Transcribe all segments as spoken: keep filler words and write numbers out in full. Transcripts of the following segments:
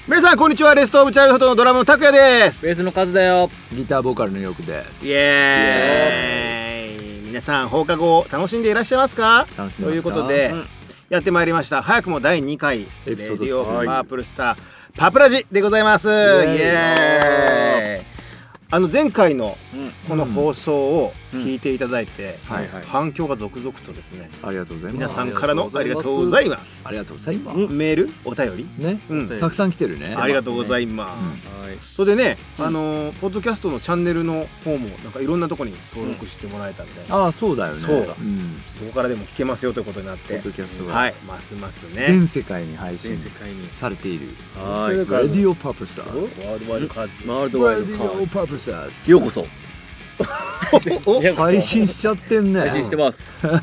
皆さんこんにちは。レストオブチャイルドフットのドラムの拓也です。 ベースのカズだよ。 ギターボーカルのヨークです。 イエーイ。皆さん放課後楽しんでいらっしゃいますか？ 楽しんでますか？ ということで、うん、やってまいりました。早くもだいにかいレディオパープルスターパプラジでございます。イエーイ。あの前回のこの放送を聞いていただいて反響が続々とですね、 ありがとうございます。 皆さんからのありがとうございます。 ありがとうございます。 メールお便りね、たくさん来てるね。 ありがとうございます。それでね、あのポッドキャストのチャンネルの方もなんかいろんなところに登録してもらえたみたいな。 ああ、そうだよね。 そう、どこからでも聞けますよということになって、 ポッドキャストがはい、ますますね全世界に配信されているはい、 レディオパープルスター、 ワールドワイルドカーズ、 ワールドワイルドカーズ、パープルスター、 ようこそ。 配信しちゃってんね。 配信してます。 はい、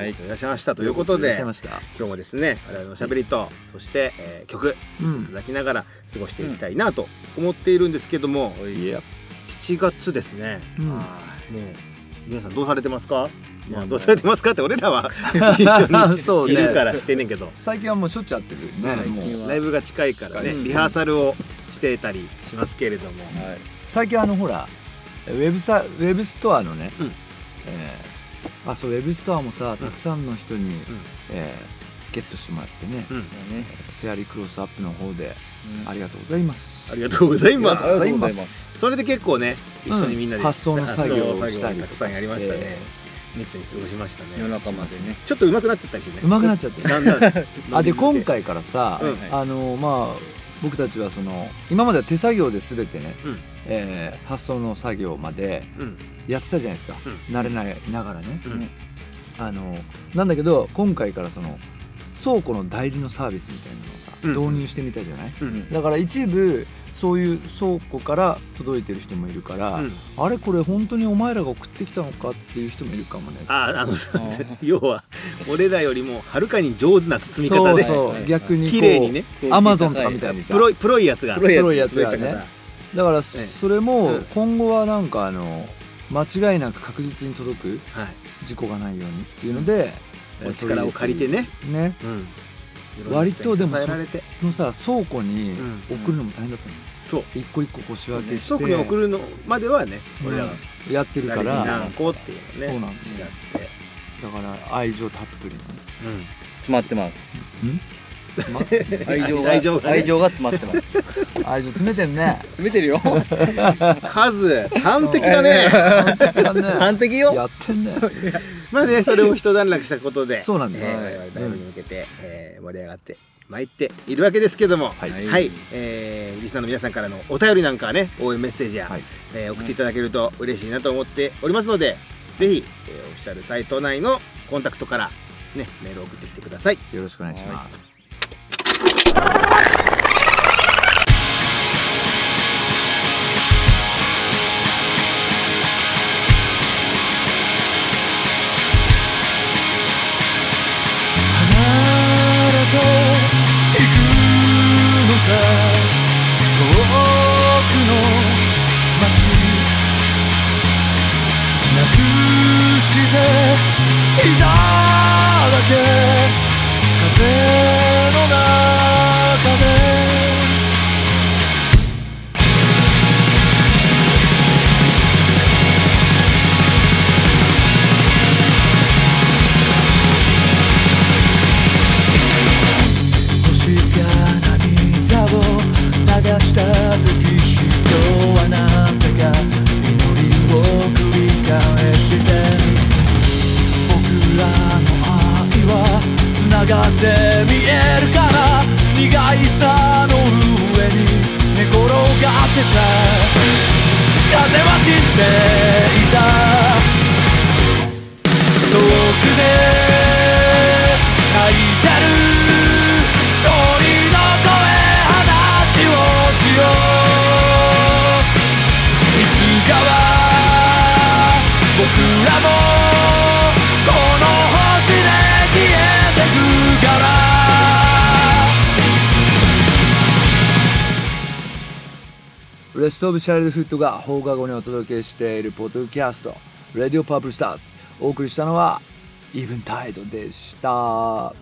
いらっしゃいましたということで、今日もですね、我々のしゃべりとそして曲いただきながら過ごしていきたいなと思っているんですけども、しちがつですね。もう皆さんどうされてますか？まあどうされてますかって俺らは一緒にいるからしてんねんけど、 最近はもうしょっちゅう会ってるね。 ライブが近いからね、リハーサルをしてたりしますけれども、 最近あのほらウェブサウェブストアのね、うん、えー、あそうウェブストアもさ、たくさんの人に、うん、えー、ゲットしてもらってね、うん、フェアリークロスアップの方で、うん、ありがとうございます。 ありがとうございます。 ありがとうございます。 それで結構ね、一緒にみんなで、 うん、発送の作業をしたりたくさんやりましたね。密に過ごしましたね。 夜中までね。 ちょっと上手くなっちゃったりしてね。 上手くなっちゃって。 だんだんあで今回からさ、うん、あのまあ。僕たちはその今までは手作業で全てね、うん、えー、発送の作業までやってたじゃないですか、うん、慣れないながらね、うん、あのなんだけど今回からその倉庫の代理のサービスみたいなのをさ、うん、導入してみたじゃない、うん、だから一部そういう倉庫から届いてる人もいるから、うん、あれこれ本当にお前らが送ってきたのかっていう人もいるかもね。 ああの要は俺らよりもはるかに上手な包み方で、 そうそう、逆に綺麗にね、 アマゾンとかみたいにさ、 プロイプロいやつがプロいやつがね。だからそれも今後はなんかあの間違いなく確実に届く、事故がないようにっていうので、 お力を借りてね。 ね。割とでもそのさ倉庫に送るのも大変だったの。 そう一個一個こう仕分けして倉庫に送るのまではね俺らがやってるから何個っていうのね。 そうなんです。やってだから愛情たっぷりの詰まってます。愛情が愛情が愛情が詰まってます。 愛情詰めてんね。 詰めてるよ。 数端的だね。 端的よ。 やってんね。 まあね、それを一段落したことで、 そうなんです。 我々ライブに向けて盛り上がってまいっているわけですけども、はい、リスナーの皆さんからのお便りなんかね、応援メッセージや送っていただけると嬉しいなと思っておりますので、ぜひオフィシャルサイト内のコンタクトからねメールを送ってきてください。 よろしくお願いします。レストオブチャイルドフットが放課後にお届けしているポッドキャストレディオパープルスターズ、お送りしたのはイーブンタイドでした。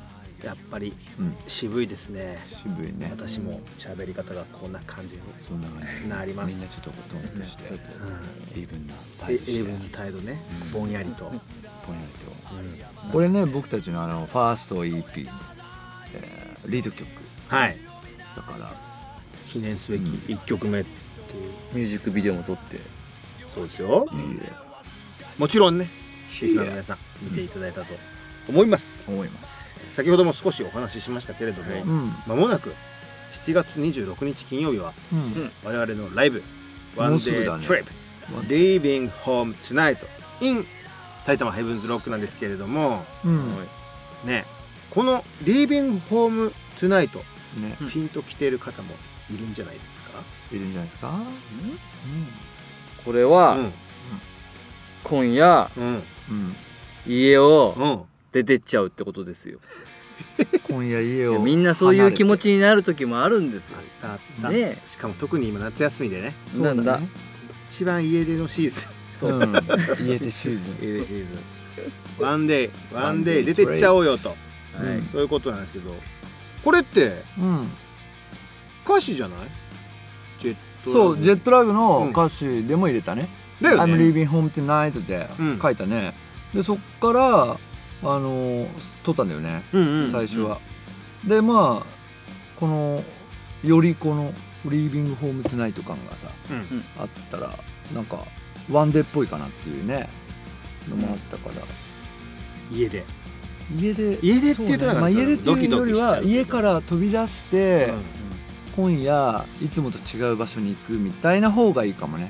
やっぱり渋いですね。 渋いね。 私も喋り方がこんな感じになります。 みんなちょっとトンとして、英文な態度して、英文な態度ね、ぼんやりと。ぼんやりと。これね、僕たちのあのファースト イーピー、えー、リード曲。 はい。 だから記念すべきいっきょくめっていうミュージックビデオも撮って。 そうですよ。もちろんね、リスナーの皆さん見ていただいたと思います。 思います。 先ほども少しお話ししましたけれども、まもなくしちがつにじゅうろくにち金曜日は我々のライブ One Day Trip Leaving Home Tonight in 埼玉ヘブンズロックなんですけれども、ね、この Leaving Home Tonight ピンときている方もいるんじゃないですか？ いるんじゃないですか？ これは今夜家を出てっちゃうってことですよ。 今夜家をみんなそういう気持ちになる時もあるんですよ。 あったあった、ね、しかも特に今夏休みでね。 なんだ、ね、 一番家出のシーズン、 うん、家出シーズン家出シーズンワンデイワンデイ出てっちゃおうよと、はい、そういうことなんですけど、これって、うん、歌詞じゃない？ ジェットそうジェットラグの歌詞でも入れたね、うん、だよね。 I'm leaving home tonight って書いたね、うん、でそっからあの撮ったんだよね、うんうん、最初は。でまあこのよりこの「Leaving Home Tonight」感がさ、うん、あったらなんかワンデーっぽいかなっていうねのもあったから、 うん、家で家で家でっていうとなんか、ね、まあ、 家でっていうよりは家から飛び出して、うん、今夜いつもと違う場所に行くみたいな方がいいかもね。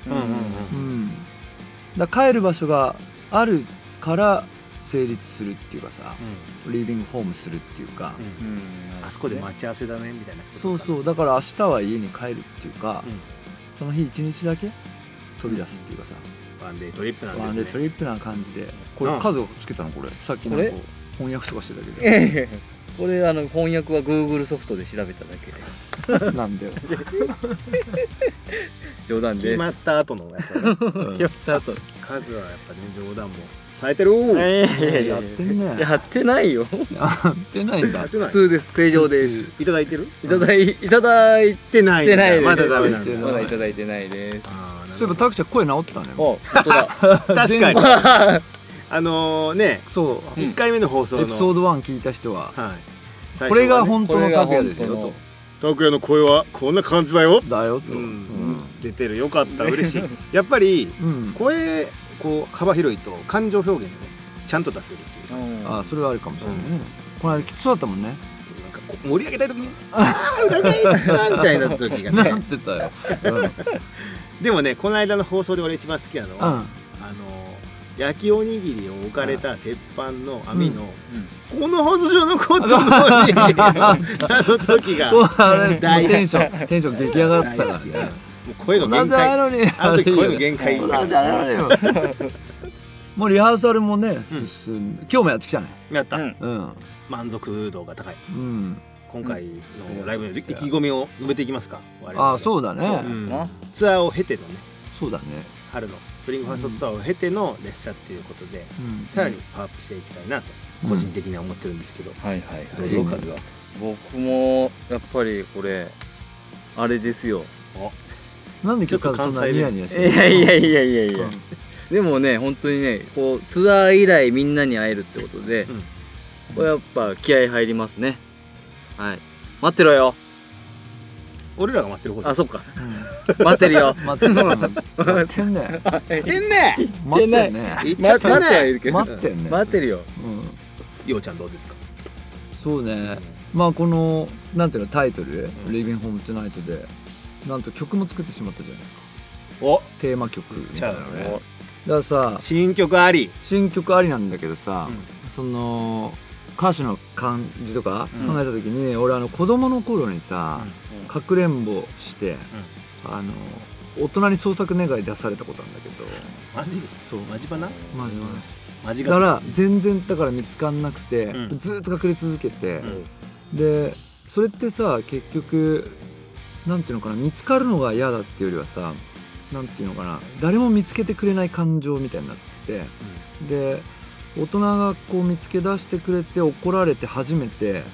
だ帰る場所があるから成立するっていうかさ、うん、リービングホームするっていうか、うんうん、 あそこで待ち合わせだねみたいな。 そうそう、だから明日は家に帰るっていうか、うん、その日一日だけ飛び出すっていうかさ、 うん、ワンデートリップなんですね。 ワンデートリップな感じで。これ数をつけたのこれさっきの翻訳とかしてたけど、 ええ、これあの翻訳は Google ソフトで調べただけでなんだよ冗談で決まった後のやつだね決まった後数はやっぱね冗談もされてる。 えー、やってんね。 やってないよ。 やってないんだ。 普通です。正常です。 いただいてる？ いただいいただいてない。 まだダメなんだ。まだいただいてないです。 そういえばタクちゃん声治ったね。 あ、本当だ。 確かに。あのね、 そういっかいめの放送のエピソードワン聞いた人は、これが本当のタクヤですよと。 タクヤの声はこんな感じだよ。 だよと。 出てる、よかった、嬉しい。やっぱり声こう幅広いと感情表現でちゃんと出せるっていう。 ああ、それはあるかもしれないね。この間きつそうだったもんね。なんかこう盛り上げたい時にああ裏返ったみたいな時がね。 なってたよ。 でもね、この間の放送で俺一番好きなのは、あの焼きおにぎりを置かれた鉄板の網のこの放送上のことのあの時が大好き。 テンションテンション出来上がってたからね。 もう声の限界。あの時声の限界。 もうリハーサルもね進んで、今日もやってきたね。 やった。満足度が高い。今回のライブの意気込みを述べていきますか。 ああ、そうだね。 ツアーを経てのね。 そうだね。 春のスプリングファーストツアーを経ての列車っていうことで、さらにパワーアップしていきたいなと個人的には思ってるんですけど。 はいはいはい。どうかが。僕もやっぱりこれあれですよ。 なんで今日そんなニヤニヤしてるの？ いやいやいやいやいや。でもね、本当にね、こうツアー以来みんなに会えるってことで、これやっぱ気合入りますね。はい。待ってろよ。 俺らが待ってること。 あ、そっか。待ってるよ。 待ってる。待ってんね。 待ってんね。 待ってんね。 待ってはいるけど。 待ってんね。 待ってるよ。 ようちゃんどうですか？ そうね。まあこのなんていうのタイトル「Leaving Home Tonight」でなんと曲も作ってしまったじゃないですか。 お、 テーマ曲みたいなのね。だからさ、 新曲あり。 新曲ありなんだけどさ、その歌詞の感じとか考えた時に、俺あの子供の頃にさ、かくれんぼして、あの大人に捜索願い出されたことなんだけど。 マジ？そう、マジバナ？ マジバナ。マジだから全然だから見つかんなくて、ずっと隠れ続けて、でそれってさ結局なんていうのかな、見つかるのが嫌だっていうよりはさ、なんていうのかな、誰も見つけてくれない感情みたいになってて、で大人がこう見つけ出してくれて怒られて初めて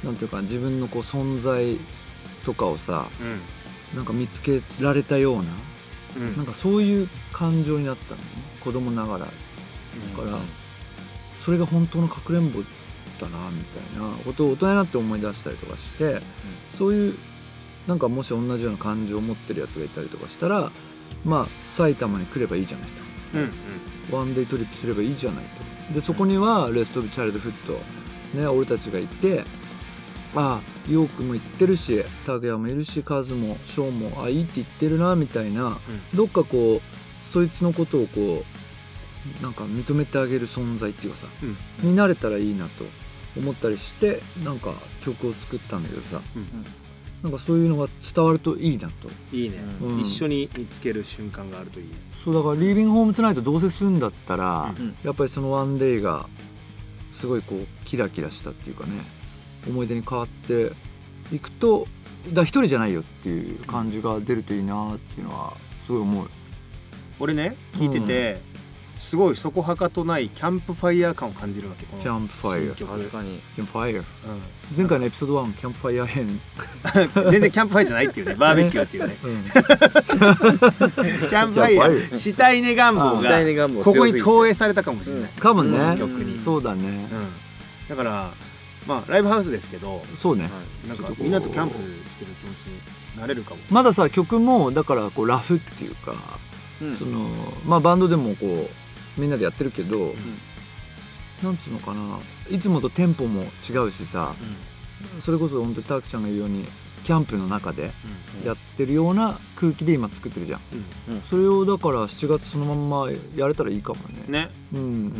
なんていうか自分のこう存在とかをさ、うん、なんか見つけられたような、うん、なんかそういう感情になったのね、子供ながら。だから、うん、それが本当のかくれんぼだなみたいなことを大人になって思い出したりとかして、うん、そういうなんかもし同じような感情を持ってるやつがいたりとかしたら、まあ埼玉に来ればいいじゃないと、うんうん、ワンデイトリップすればいいじゃないと。でそこにはレスト・オブ・チャイルドフット、ね、俺たちがいて、ああヨークも言ってるし拓也もいるしカズもショーもあいいって言ってるなみたいな、うん、どっかこうそいつのことをこうなんか認めてあげる存在っていうかさ、うん、になれたらいいなと思ったりしてなんか曲を作ったんだけどさ、うん、なんかそういうのが伝わるといいなと。 いいね、うん、一緒に見つける瞬間があるといい。 そうだからリービングホームトゥナイトどうせするんだったら、うん、やっぱりそのワンデイがすごいこうキラキラしたっていうかね思い出に変わっていくとだ一人じゃないよっていう感じが出るといいなっていうのはすごい思う。 俺ね聞いてて、うん、すごいそこはかとないキャンプファイヤー感を感じるわけ。このキャンプファイヤー、 確かにキャンプファイヤー、うん、前回のエピソードワンキャンプファイヤー編全然キャンプファイじゃないっていうね、バーベキューっていうね、うん、キャンプファイヤーしたいね願望がここに投影されたかもしれない、うん、 かもね、うん、 曲に。 そうだね、うん、 だからまあライブハウスですけど、 そうね、 なんかみんなとキャンプしてる気持ちになれるかも。 まださ曲もだからこうラフっていうか、うん、そのまあバンドでもこうみんなでやってるけど、うん、なんつうのかないつもとテンポも違うしさ、うん、それこそ本当にタークちゃんが言うようにキャンプの中でやってるような空気で今作ってるじゃん、うんうん、それをだからしちがつそのまんまやれたらいいかもね。 ね、うんうん、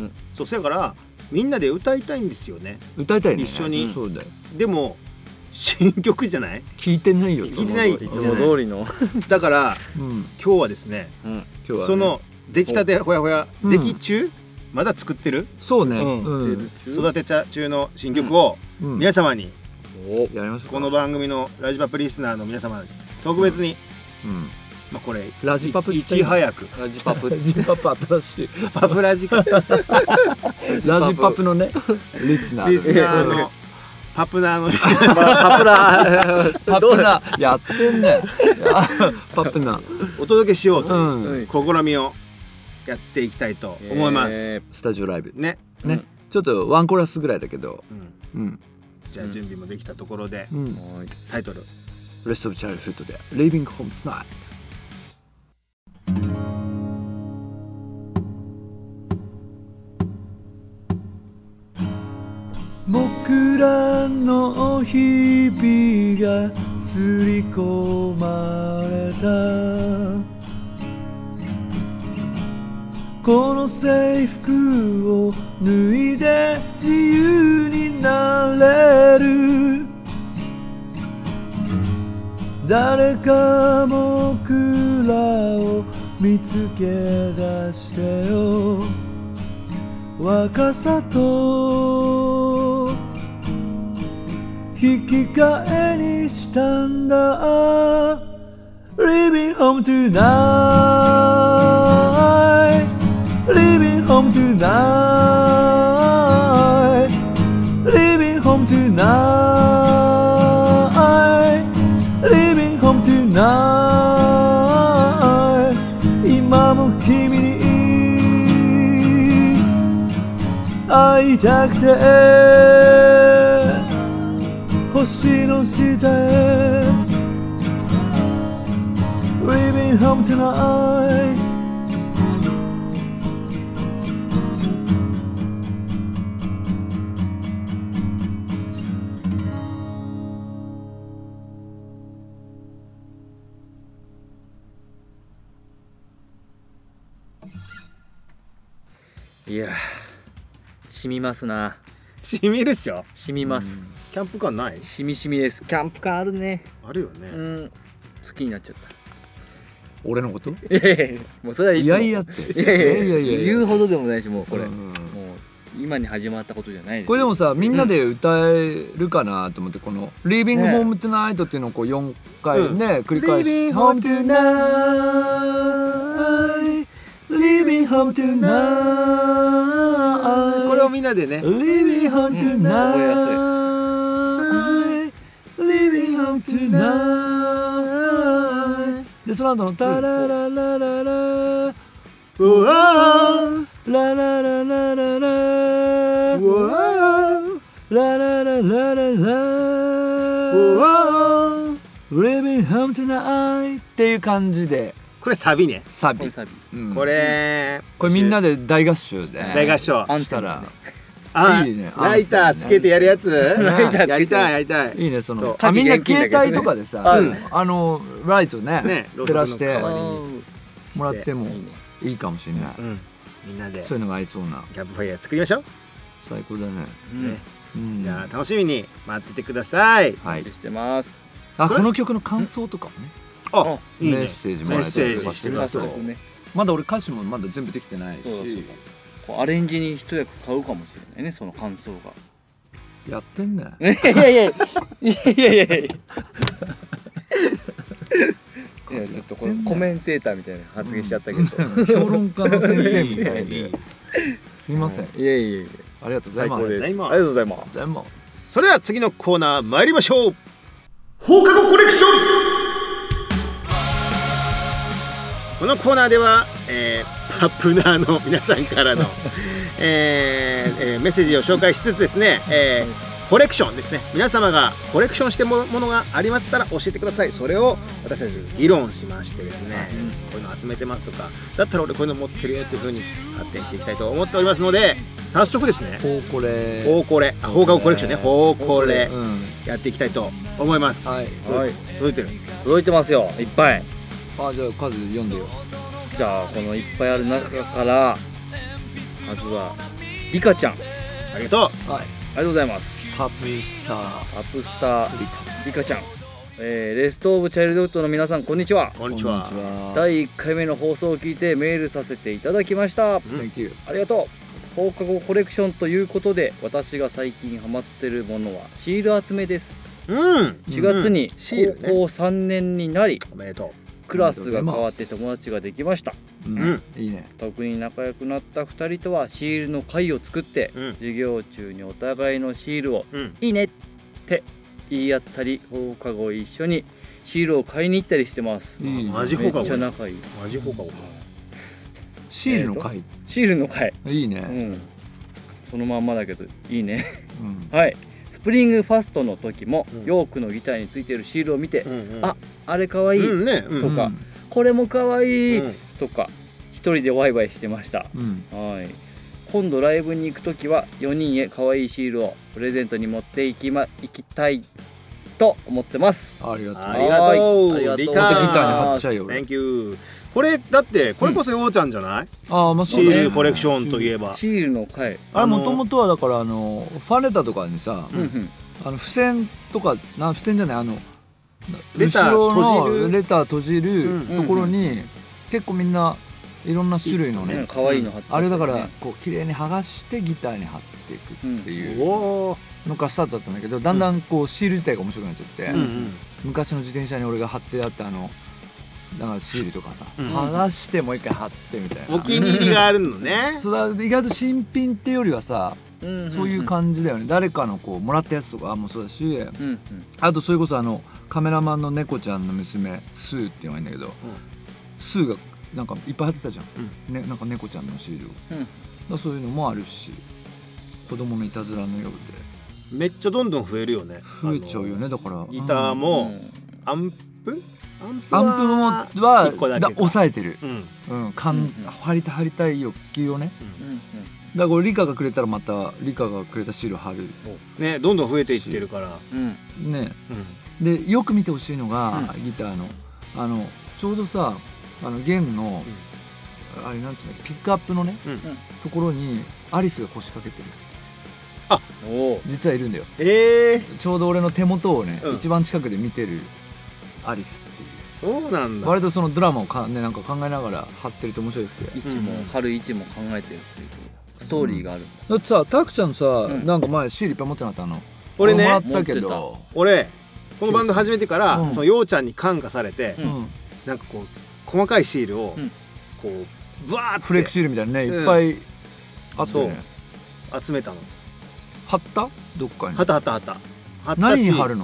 そうせやからみんなで歌いたいんですよね。 歌いたいね一緒に、 うん、そうだよ。 でも新曲じゃない？ 聞いてないよ。 聞いてない。いつも通りのだから、うん、今日はですね、うん、今日はねその出来たてほやほや、うん、出来中まだ作ってる？ そうね、 うんうん、育て中の新曲を皆様に、 うん、やりましょう。 この番組のラジパプリスナーの皆様に特別に、うんうんまあ、これラジパプいち早くラジパプラジパプ新しいパプラジかラジパプのねリスナーリスナーのパプナーのパプラパプナやってんねパプナお届けしようという試みをやっていきたいと思います、えー、スタジオライブねね、うん、ちょっとワンコーラスぐらいだけど、 うんうん、じゃあ準備もできたところで、うん、タイトルレストオブチャイルドフットで Leaving Home Tonight。僕らの日々が刷り込まれたこの制服を脱いで自由になれる誰か僕らを見つけ出してよ若さと引き換えにしたんだ Leaving home tonight Leaving home tonight Leaving home tonight Leaving home tonight 今も君に会いたくて星の下へ Leaving home tonight いや染みますな。 染みるっしょ。 染みます、 うん、キャンプ感ない？ 染み染みです。キャンプ感あるね。 あるよね、 うん、好きになっちゃった。 俺のこと？ いやいやいやもうそれはいつもいやいやっていやいやいやいや言うほどでもないしもうこれ、うん、もう今に始まったことじゃないです。 これでもさみんなで歌えるかなと思って、うん、この Leaving Home Tonight っていうのをこうよんかいね、うん、繰り返し Leaving Home Tonight Leaving Home Tonight これをみんなでね Leaving Home Tonight、 home tonight でその後のタラララララうわララララララうわララララララうわ Living home tonight っていう感じでこれサビねサビ、 うん、これこれみんなで大合唱で大合唱あんたらあいいねライターつけてやるやつライターやりたいやりたいいいねそのあみんな携帯とかでさあのライトね照らしてもらってもいいかもしれないみんなでそういうのが合いそうなキャンプファイヤー作りましょう最高だねじゃあ楽しみに待っててくださいはいしてますあこの曲の感想とかもねあメッセージもらえたりとかしてるとまだ俺歌詞もまだ全部できてないしアレンジに一役買うかもしれないねその感想がやってんねいやいやいやいやいやいやいやちょっとこれコメンテーターみたいな発言しちゃったけど評論家の先生みたいですいませんいやいやいやありがとうございますありがとうございますそれでは次のコーナー参りましょう放課後コレクションこのコーナーでは、えー、パップナーの皆さんからの、えーえー、メッセージを紹介しつつですね、えー、コレクションですね皆様がコレクションしてもものがありましたら教えてくださいそれを私たち議論しましてですね、うん、こういうの集めてますとかだったら俺こういうの持ってるよというふうに発展していきたいと思っておりますので早速ですね放コレ放コレあ放課後コレクションね放コレやっていきたいと思いますはい、 はい、届いてる届いてますよいっぱいあじゃあ数読んでよじゃあこのいっぱいある中からまずはリカちゃんありがとうはいありがとうございますパプスターパプスターリカちゃん、えー、レストオブチャイルドウッドの皆さんこんにちはこんにちはだいいっかいめの放送を聞いてメールさせていただきました、うん、ありがとう放課後コレクションということで私が最近ハマってるものはシール集めです、 うん、 しがつに高校さんねんになり、 おめでとうクラスが変わって友達ができました、 うん、いいね特に仲良くなったふたりとはシールの会を作って、うん、授業中にお互いのシールを、うん、いいねって言い合ったり放課後一緒にシールを買いに行ったりしてます、 うん、マジ放課後めっちゃ仲いいマジ放課後シールの会、 えー、シールの会いいね、 うん、そのまんまだけどいいね、うん、はいスプリングファストの時も、うん、ヨークのギターについているシールを見て、うんうん、あ、あれかわいい、うんねうん、とか、うん、これもかわいい、うん、とか一人でワイワイしてました、うん、はい今度ライブに行く時はよにんへかわいいシールをプレゼントに持っていきま行きたいと思ってますありがとうありがとうありがとうギターに貼っちゃうよ Thank youこれだってこれこそようちゃんじゃない、 うん、あまあシールコレクションといえばシールの回あれもともとはだからあのファンレターとかにさ、うんうん、あの付箋とかな付箋じゃないあのレター後ろのレター閉じるところに、うんうん、結構みんないろんな種類のね可愛いの貼って、ね、 あれだからこう綺麗に剥がしてギターに貼っていくっていうのがスタートだったんだけどだんだんこうシール自体が面白くなっちゃって、うんうん、昔の自転車に俺が貼ってあったあのだからシールとかさ、うん、剥がしてもう一回貼ってみたいなお気に入りがあるのねそうだ意外と新品っていうよりはさ、うんうんうん、そういう感じだよね誰かのこうもらったやつとかもそうだし、うんうん、あとそれこそあのカメラマンの猫ちゃんの娘スーっていうのがいいんだけど、うん、スーがなんかいっぱい貼ってたじゃん、うんね、なんか猫ちゃんのシールを、うん、だそういうのもあるし子供のいたずらのようでめっちゃどんどん増えるよね増えちゃうよねだからギターも、うん、アンプアンプはは抑えてる、うんうん、かん、うんうん、貼りた貼りたい欲求をね、うんうん、だからこれリカがくれたらまたリカがくれたシール貼るねどんどん増えていってるから、 うん、ね、うん、でよく見てほしいのが、うん、ギターのあのちょうどさあの弦の、うん、あれなんつうのピックアップのね、うん、ところにアリスが腰掛けてるあお実はいるんだよ、 えー、 ちょうど俺の手元をね、うん、一番近くで見てるアリスっていうそうなんだ割とそのドラマをか、ね、なんか考えながら貼ってると面白いくて位置も貼る位置も考えてるっていうストーリーがあるんだ、 うん、だってさタクちゃんさ、うん、なんか前シールいっぱい持ってなかったの俺ねもらったけど俺このバンド始めてから、うん、そのようちゃんに感化されて、うん、なんかこう細かいシールを、うん、こうブワーってフレックシールみたいなね、うん、いっぱいあってね集めたの貼ったどっかに貼った貼った貼った貼ったし何に貼るの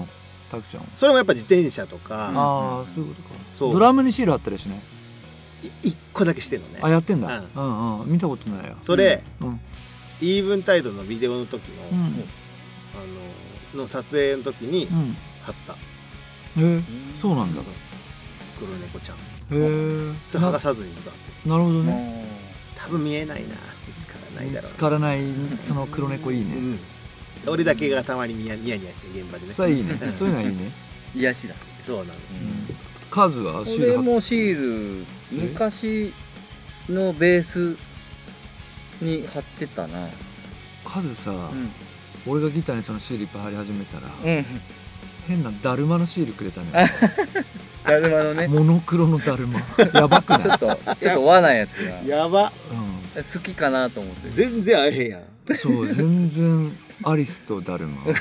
タクちゃんはそれもやっぱ自転車とか、 ああそういうことか。そうドラムにシール貼ったりしない？ 一個だけしてんのね。 あやってんだ。うんうん見たことないよ。 それイーブンタイドのビデオの時のあのの撮影の時に貼った。 へえそうなんだ。 黒猫ちゃん。へえそれ剥がさずに使って。 なるほどね。 多分見えないな、見つからないだろう。 見つからないその黒猫いいね。 俺だけがたまにニヤニヤして現場でね。 それいいね。そういうのはいいね。 癒しだ。 そうなの。 数はシール。俺もシール昔のベースに貼ってたな。 数さ、俺がギターにそのシールいっぱい貼り始めたら変なだるまのシールくれたね。 だるまのね。 モノクロのだるま。やばくない？ ちょっとちょっと和なやつが。 やば。 好きかなと思って。 全然合えへんやん。 そう全然アリスとだるま。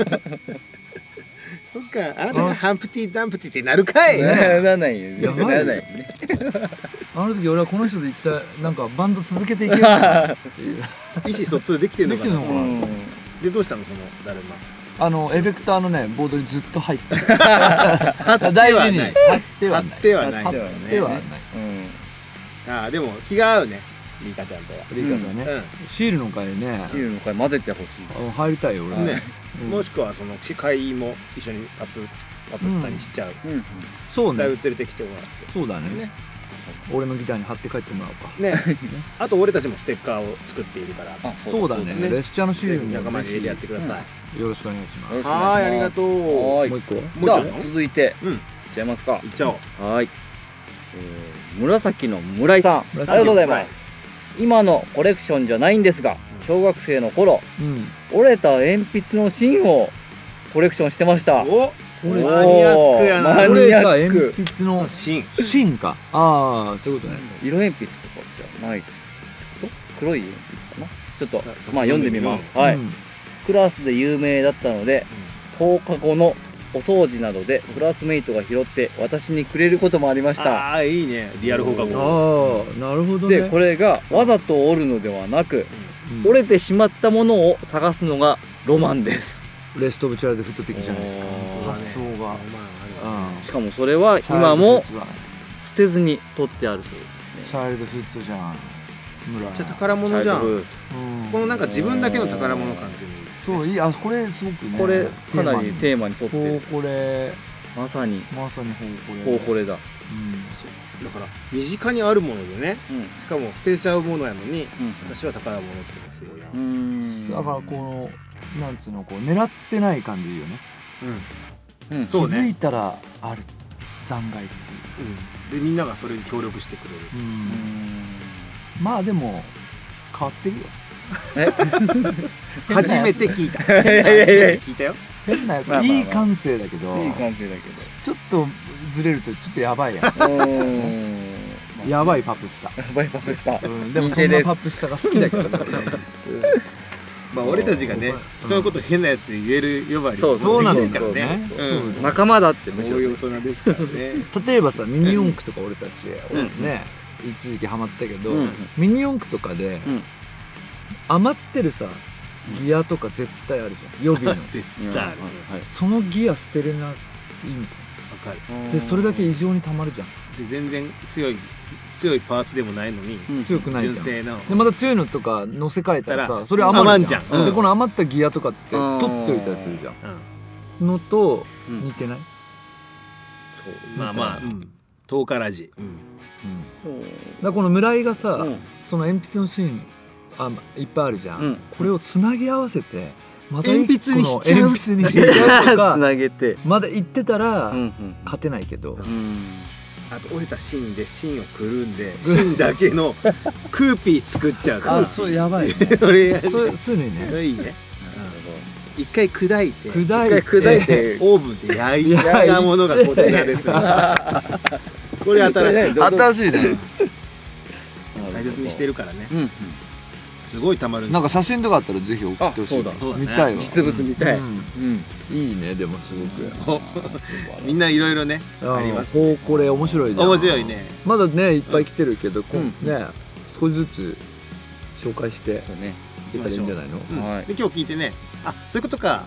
そっかあなたがハンプティダンプティってなるかい。 ならないよ。ならないよね。 あの時俺はこの人と一体なんかバンド続けていけるかっていう。 意思疎通できてるのかな。でどうしたのそのだるま。 あのエフェクターのねボードにずっと入ってる。大事に貼ってはない。 貼ってはない。 貼ってはない。 ああでも気が合うね。リカちゃんとは。 リカとね。シールの会ね。 シールの会混ぜてほしい。 入りたいよ俺ね。もしくはその会も一緒にアップアップスタにしちゃう。 そうね。 だいぶ連れてきてもらって。 そうだね。俺のギターに貼って帰ってもらおうか。 ね。あと俺たちもステッカーを作っているから。 そうだね。レスチャーのシールに仲間に入れてやってください。よろしくお願いします。 はいありがとう。もう一個。 じゃあ続いていっちゃいますか。 いっちゃおう。 はい。紫の村井さんありがとうございます。今のコレクションじゃないんですが小学生の頃折れた鉛筆の芯をコレクションしてました。 おマニアックやな。 マニアック。鉛筆の芯芯か。ああそういうことね。 色鉛筆とかじゃない黒い鉛筆かな。ちょっとまあ読んでみます。はい。クラスで有名だったので放課後のお掃除などでクラスメイトが拾って私にくれることもありました。 ああいいねリアル放課後。 ああなるほどね。 でこれがわざと折るのではなく折れてしまったものを探すのがロマンです。 レストオブチャイルドフット的じゃないですか。発想が。 しかもそれは今も捨てずに取ってあるそうですね。 チャイルドフットじゃん。 じゃ宝物じゃん。このなんか自分だけの宝物感っていう。 そういいあこれすごくね。 これかなりテーマに沿ってる。 これまさにまさにほうこれだ。 だから身近にあるものでね。しかも捨てちゃうものやのに私は宝物っていうのがすごいな。 だからこのなんつうのこう狙ってない感じよね。 うん。 気づいたらある残骸っていう。 でみんながそれに協力してくれる。 まあでも変わってるよ。 初めて聞いた。聞いたよ。 変なやつ。いい感性だけど。 いい感性だけど。 ちょっとずれるとちょっとやばいやん。やばいパプスタ。 やばいパプスタ。 でもそんなパプスタが好きだけど。 まあ俺たちがね人のこと変なやつ言える呼ばわり。 そうなんですからね。 仲間だってむしろ大人ですからね。 例えばさミニ四駆とか俺たちね一時期ハマったけどミニ四駆とかで。余ってるさギアとか絶対あるじゃん予備の。 絶対ある。 そのギア捨てれないみたいな。わかる。 でそれだけ異常にたまるじゃん。 で全然強い強いパーツでもないのに強くないじゃん。 純正のでまた強いのとか乗せ替えたらさそれ余るじゃん。でこの余ったギアとかって取っておいたりするじゃん。のと似てない？ そうまあまあ遠からじ。だからこの村井がさその鉛筆のシーンあいっぱいあるじゃん、うん、これをつなぎ合わせてまた鉛筆にしちゃう鉛筆にしちゃうとかつなげてまだ言ってたら勝てないけど、うんうん、 あと折れた芯で芯をくるんで芯だけのクーピー作っちゃうあそうやばいねそれそうそういうのねいいね一回砕いて砕いて砕いてオーブンで焼いたものがこちらですこれ新しい新しいね大切にしてるからね、うんうん、すごいたまる。 なんか写真とかあったらぜひ送ってほしい。見たいよ。 実物見たい。うんうん、いいねでもすごく。 みんないろいろねあります。 ほうこれ面白いじゃん。 面白いね。 まだねいっぱい来てるけど、うん、ね少しずつ紹介していったらいいんじゃないの。 はい。で今日聞いてね、あそういうことか。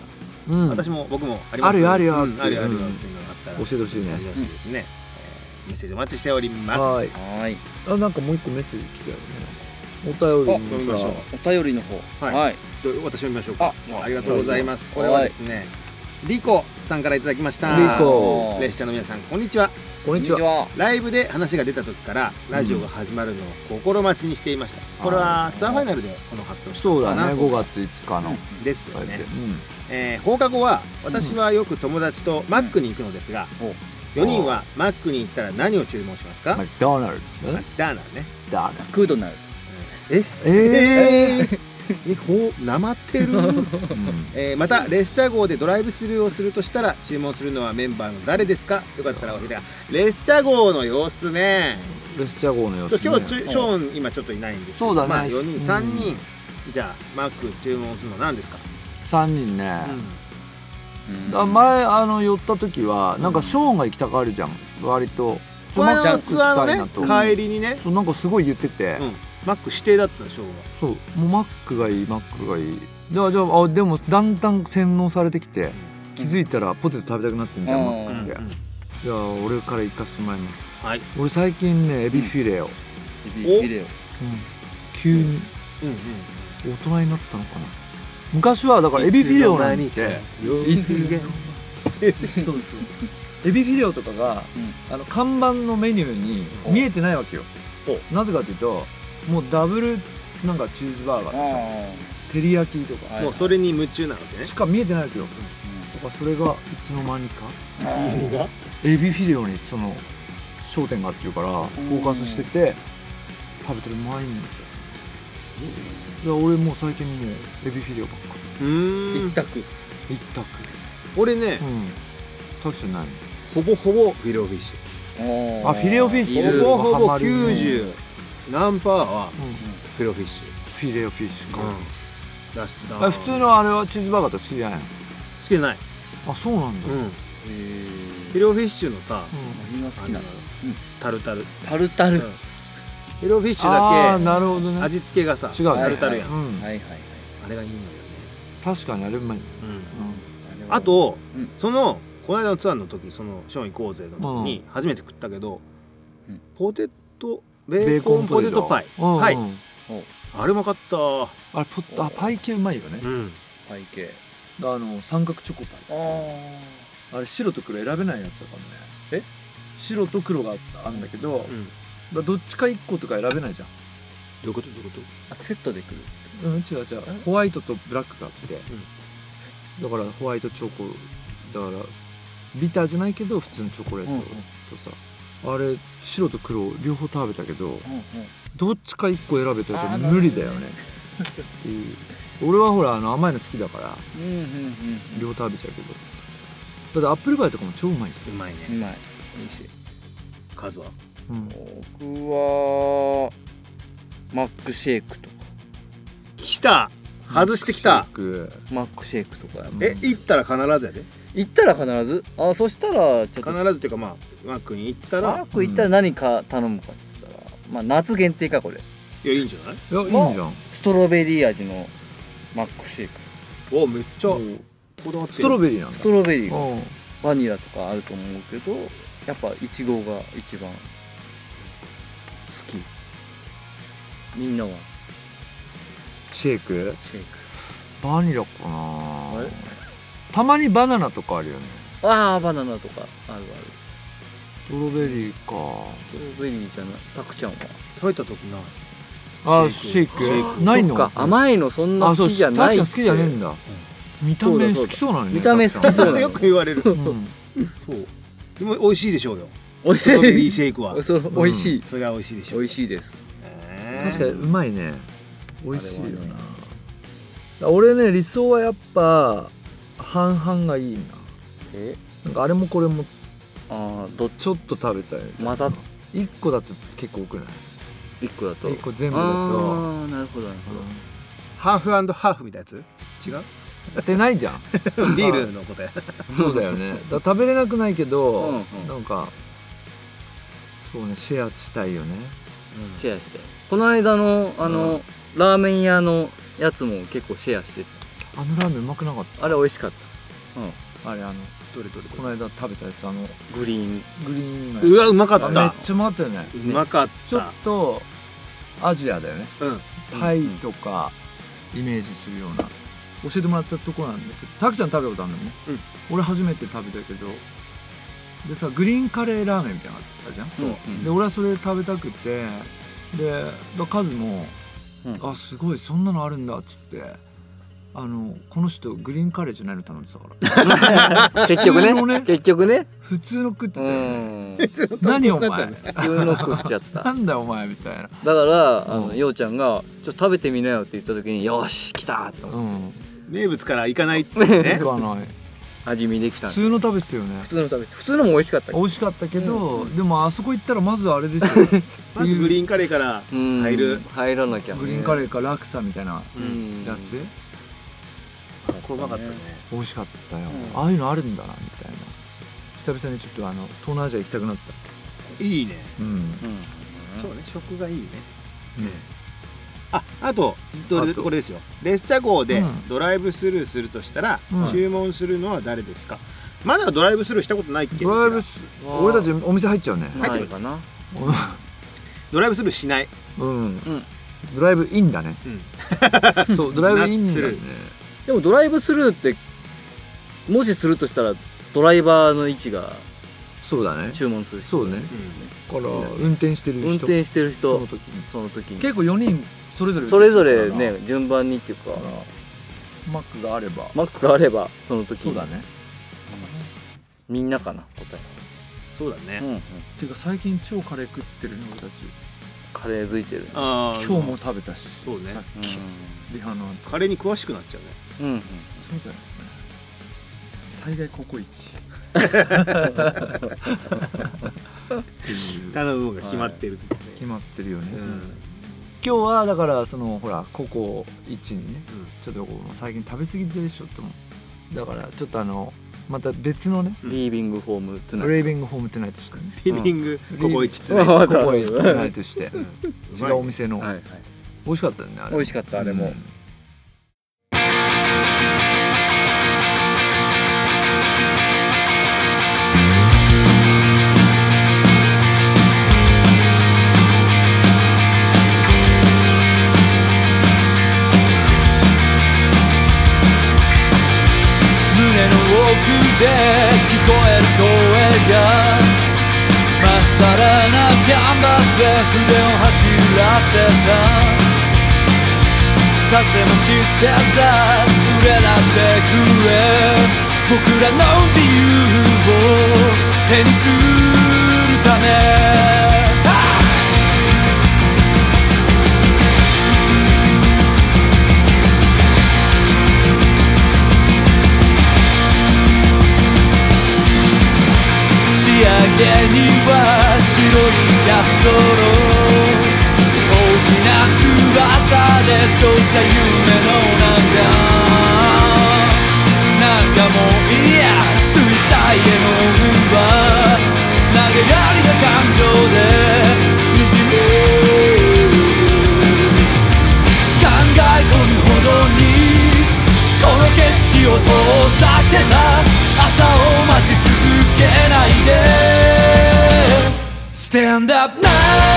私も僕もあります。 あるよあるよあるよあるよっていうのがあったら教えてほしいね。 教えてほしいですね。メッセージお待ちしております。 はい。あ、なんかもう一個メッセージ来たよね。お便り読みましょう。 お便りの方。はい。 私読みましょうか。ありがとうございます。これはですね、リコさんからいただきました。 リコ。 列車の皆さん、こんにちは。 こんにちは。 ライブで話が出た時からラジオが始まるのを心待ちにしていました。これはツアーファイナルでこの発表したそうだね。ごがついつかのですよね。え放課後は私はよく友達とマックに行くのですが、よにんはマックに行ったら何を注文しますか？ マクドナルドね。 ダーナルね。 ダーナル。 クードナルド。 えええ。ほうなまってる。えまた列車号でドライブスルーをするとしたら注文するのはメンバーの誰ですか？よかったら教えて。列車号の様子ね。 列車号の様子。 今日ショーン今ちょっといないんです。 そうだね。 まあよにんさんにんじゃあマック注文するの何ですか？ さんにんね。前あの寄った時はなんかショーンが行きたがるじゃん。割と。 マックツアーのね帰りにね。 そうなんかすごい言ってて。 マック指定だったでしょうが。 そうもうマックがいいマックがいい。じゃあじゃああでもだんだん洗脳されてきて、気づいたらポテト食べたくなってんじゃん、マックって。じゃあ俺から行かせてもらいます。はい。俺最近ねエビフィレオ。 エビフィレオ。 急に大人になったのかな。昔はだからエビフィレオなんていつそうそうエビフィレオとかがあの看板のメニューに見えてないわけよ。なぜかというともうダブルなんかチーズバーガーとか照り焼きとかもうそれに夢中なわけね。 しか見えてないわけよ。だからそれがいつの間にかエビフィレオにその焦点があってるからフォーカスしてて食べてるうまいんですよ。いや俺もう最近もうエビフィレオばっかり。うーん一択一択。 俺ねタクシーないほぼほぼフィレオフィッシュ。 あフィレオフィッシュほぼほぼきゅうじゅう何パーはフィレオフィッシュ。フィレオフィッシュか。 うん、 普通のあれはチーズバーガーと好きじゃないの？ 好きじゃない。 あそうなんだ。うん、 フィレオフィッシュのさ、 みんな好きなのタルタルタルタル、うん、フィレオフィッシュだけなるほど、ね、 味付けがさ違う、ね、 タルタルやん。 はいはいはい。 あれがいいんだよね。 確かにあれうまい。うんうん、あと、うん、そのこの間のツアーの時そのショーン行こうぜの時に初めて食ったけど、うん、ポテトベーコンポテトパイ、はい、あれうまかった。 あれポあパイ系うまいよね。 うん、パイ系あの三角チョコパイ。ああれ白と黒選べないやつだからね。え白と黒があるんだけど、うん、どっちかいっことか選べないじゃん。 どういうことどういうこと？ あセットでくる。 うん違う違うホワイトとブラックがあって、うん、だからホワイトチョコだからビターじゃないけど普通のチョコレートとさ、うんうん、あれ白と黒両方食べたけど、うんうん、どっちかいっこ選べたら無理だよねっていう俺はほらあの甘いの好きだから、うんうんうん、両方食べちゃうけどだってアップルパイとかも超うまい。 うまいね。 うまい美味しい。 数は、 うん、僕はマックシェイクとか来た外してきたマックシェイクとかえ行ったら必ずやで行ったら必ずあそしたらちょっと必ずっていうかまあマックに行ったらマック行ったら何か頼むかっつったら、うん、まあ夏限定かこれ。 いやいいんじゃない？ いやいいんじゃん。 ストロベリー味のマックシェイク。 おめっちゃこだわってる。 ストロベリーなんだ。 ストロベリーがバニラとかあると思うけどやっぱイチゴが一番好き。みんなはシェイク？ シェイクバニラかな。たまにバナナとかあるよね。 ああバナナとかあるある。 ストロベリーか。 ストロベリーじゃない。タクちゃんは食べた時ない。 あシェイクないのか。 甘いのそんな好きじゃない。 タクちゃん好きじゃねえんだ。見た目好きそうなのね。 見た目好きそうなのよく言われる。そうでも美味しいでしょうよ。ストロベリーシェイクはそう美味しい。 それは美味しいでしょう。 美味しいです。 確かにうまいね。美味しいよな。俺ね理想はやっぱ半々がいいな。えなんかあれもこれもあどちょっと食べたい。 混ざっいっこだと結構多くない？ いっこだといっこ全部だとああなるほどなるほど、うん、 ハーフ&ハーフみたいなやつ違う？ ってないじゃんビールのことやそうだよね。だ食べれなくないけど、うんうん、なんかそうねシェアしたいよね、 うん、シェアしてこの間のあの、うん、ラーメン屋のやつも結構シェアしてあのラーメンうまくなかった？ あれ美味しかった。 うん、あれあのどれどれこの間食べたやつあのグリーングリーンうわうまかった。 めっちゃうまかったよね。 うまかった。 ちょっとアジアだよね、 うん、 タイとかイメージするような教えてもらったとこなんだけど、たくちゃん食べたことあるんだよね、うん、俺初めて食べたけどでさグリーンカレーラーメンみたいなのあったじゃん。そう、うん、で俺はそれ食べたくてでカズも、うん、あすごいそんなのあるんだっつってあのこの人グリーンカレーじゃないの頼んでたから結局 ね, ね結局ね普通の食ってたよね。何お前普通の食っちゃったなんだお前みたいな。 だからあのようちゃんがちょっと食べてみなよって言った時によし来たと、うん、 名物から行かないってね行かない味見できた。 普通の食べてたよね。 普通の食べて普通のも美味しかった美味しかったけど、うん、でもあそこ行ったらまずあれですよまずグリーンカレーから入る、 入らなきゃ、ね、 グリーンカレーかラクサみたいなやつ、 うんこれうまかったね。 美味しかったよ、うん、ああいうのあるんだなみたいな。久々にちょっとあの東南アジア行きたくなった。 いいね、 うん、うん、 そうね食がいいね、うん、ああとどれこれですよ。列車号でドライブスルーするとしたら、うん、注文するのは誰ですか。まだドライブスルーしたことないっけ。 ドライブス俺たちお店入っちゃうね。 入っちゃうかなドライブスルーしない、 うんうん、ドライブインだね、うん、そうドライブインだね。 でもドライブスルーってもしするとしたらドライバーの位置がそうだね注文する人、そうね、うん、だから運転してる人運転してる人その時にその時に結構よにんそれぞれそれぞれね順番にっていうかマックがあればマックがあればその時にそうだね、 うん、みんなかな答え。 そうだね、うんうん、 っていうか最近超カレー食ってるね俺たち。 カレー付いてる、ね、 あ今日も食べたしそうねさっき、うん、リハのカレーに詳しくなっちゃうね。 うん、うん、そうだよね。大概ココイチ頼むのが決まってる、 はい、決まってるよね、うん、今日はだからそのほらココイチにね、うん、ちょっとこう最近食べ過ぎてるでしょってもだからちょっとあのまた別のね、 うん、リービングホームトゥナイトリービングホームトゥナイトしてねリービングココイチトゥナイトココイチトゥナイトして、うん、違うお店の、はいはい、美味しかったねあれ。 美味しかったあれも、うんで聞こえる声がまっさらなキャンバスで筆を走らせた。風も切ってさ連れ出してくれ僕らの自由を手にするため。仕上げには白いラストの大きな翼でそうした夢の中なんかもういや水彩絵の具は投げやりな感情でにじむ考え込むほどにこの景色を遠ざけた朝を待ち続けないで Stand up 投げ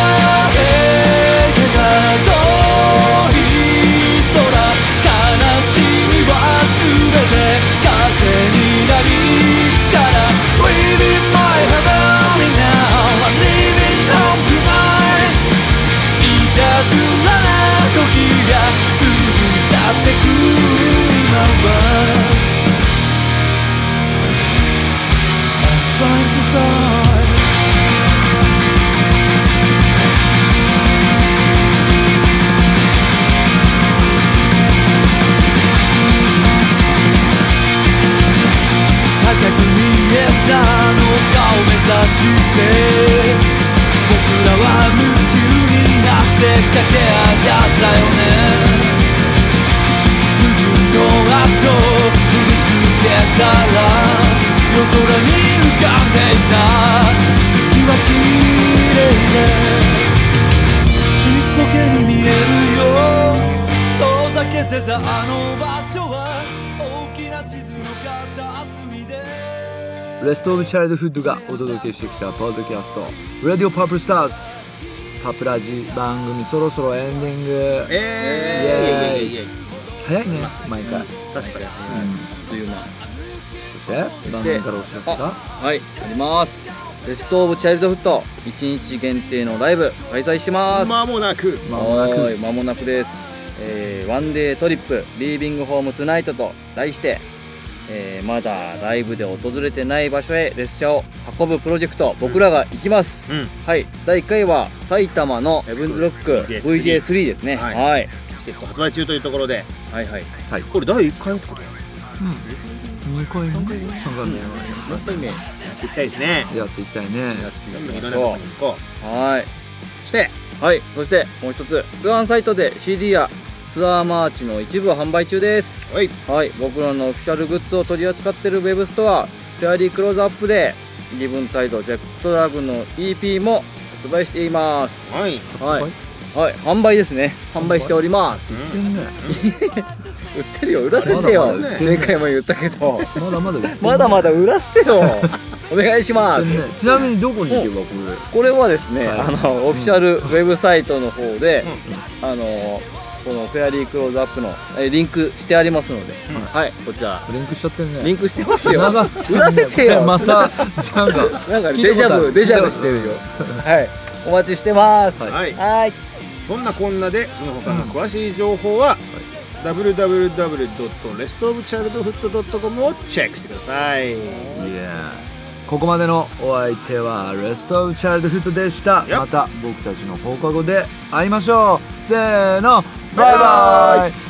た遠い空悲しみは全て風になりから Leaving my heaven now I'm leaving home tonight いたずらな時が過ぎ去ってく今はTrying to fly 高く見えたのかを目指して僕らは夢中になって駆け上がったよね。矛盾の後踏みつけたら夜空に浮かんでいた月は綺麗でちっぽけに見えるよ遠ざけてたあの場所は大きな地図の片隅レストオブチャイルドフッドがお届けしてきたポッドキャストラディオパプスターズパプラジ番組そろそろエンディング。 えー、イエーイイエーイイエーイ。 早いね毎回。 確かに。あっという間。 そして番組からお知らせがはいあります。レストオブチャイルドフットいちにち限定のライブ開催します。 間もなく間もなく間もなくです。えー、ワンデートリップリービングホームトゥナイトと題して、えー、まだライブで訪れてない場所へ列車を運ぶプロジェクト、僕らが行きます、うん、はい。だいいっかいは埼玉のヘブンズロック ブイジェースリー ですね。はい、はい、 チケット発売中というところで、 はいはい、 はい、これだいいっかいってことだよ。 うん、にかいめさんかいめ何回目やっていきたいですね。 やっていきたいね。 やっていきましょう。 はい。 そしてはいそしてもう一つ通販サイトで シーディー やツアーマーチの一部を販売中です。 はい、 はい、僕らのオフィシャルグッズを取り扱っているウェブストアフェアリークローズアップでリブンタイドジャックトラグの イーピー も発売しています。 はい、 はいはい、販売ですね。販売しております。 売ってんね。 売ってるよ、売らせてよ。前回も言ったけどまだまだまだまだ売らせてよお願いします。 ちなみにどこに行けばこれこれはですね、あのオフィシャルウェブサイトの方であのこのフェアリークローズアップのリンクしてありますので、はい、こちらリンクしちゃってるね。 リンクしてますよ。売らせてよ。 またなんかなんかデジャブデジャブしてるよ。はい、お待ちしてます。 はい、 はい。 そんなこんなでその他の詳しい情報は ダブリューダブリューダブリュードットレストオブチャイルドフットドットコム をチェックしてください。 ここまでのお相手はレストオブチャイルドフットでした。また僕たちの放課後で会いましょう。せーの、バイバイ。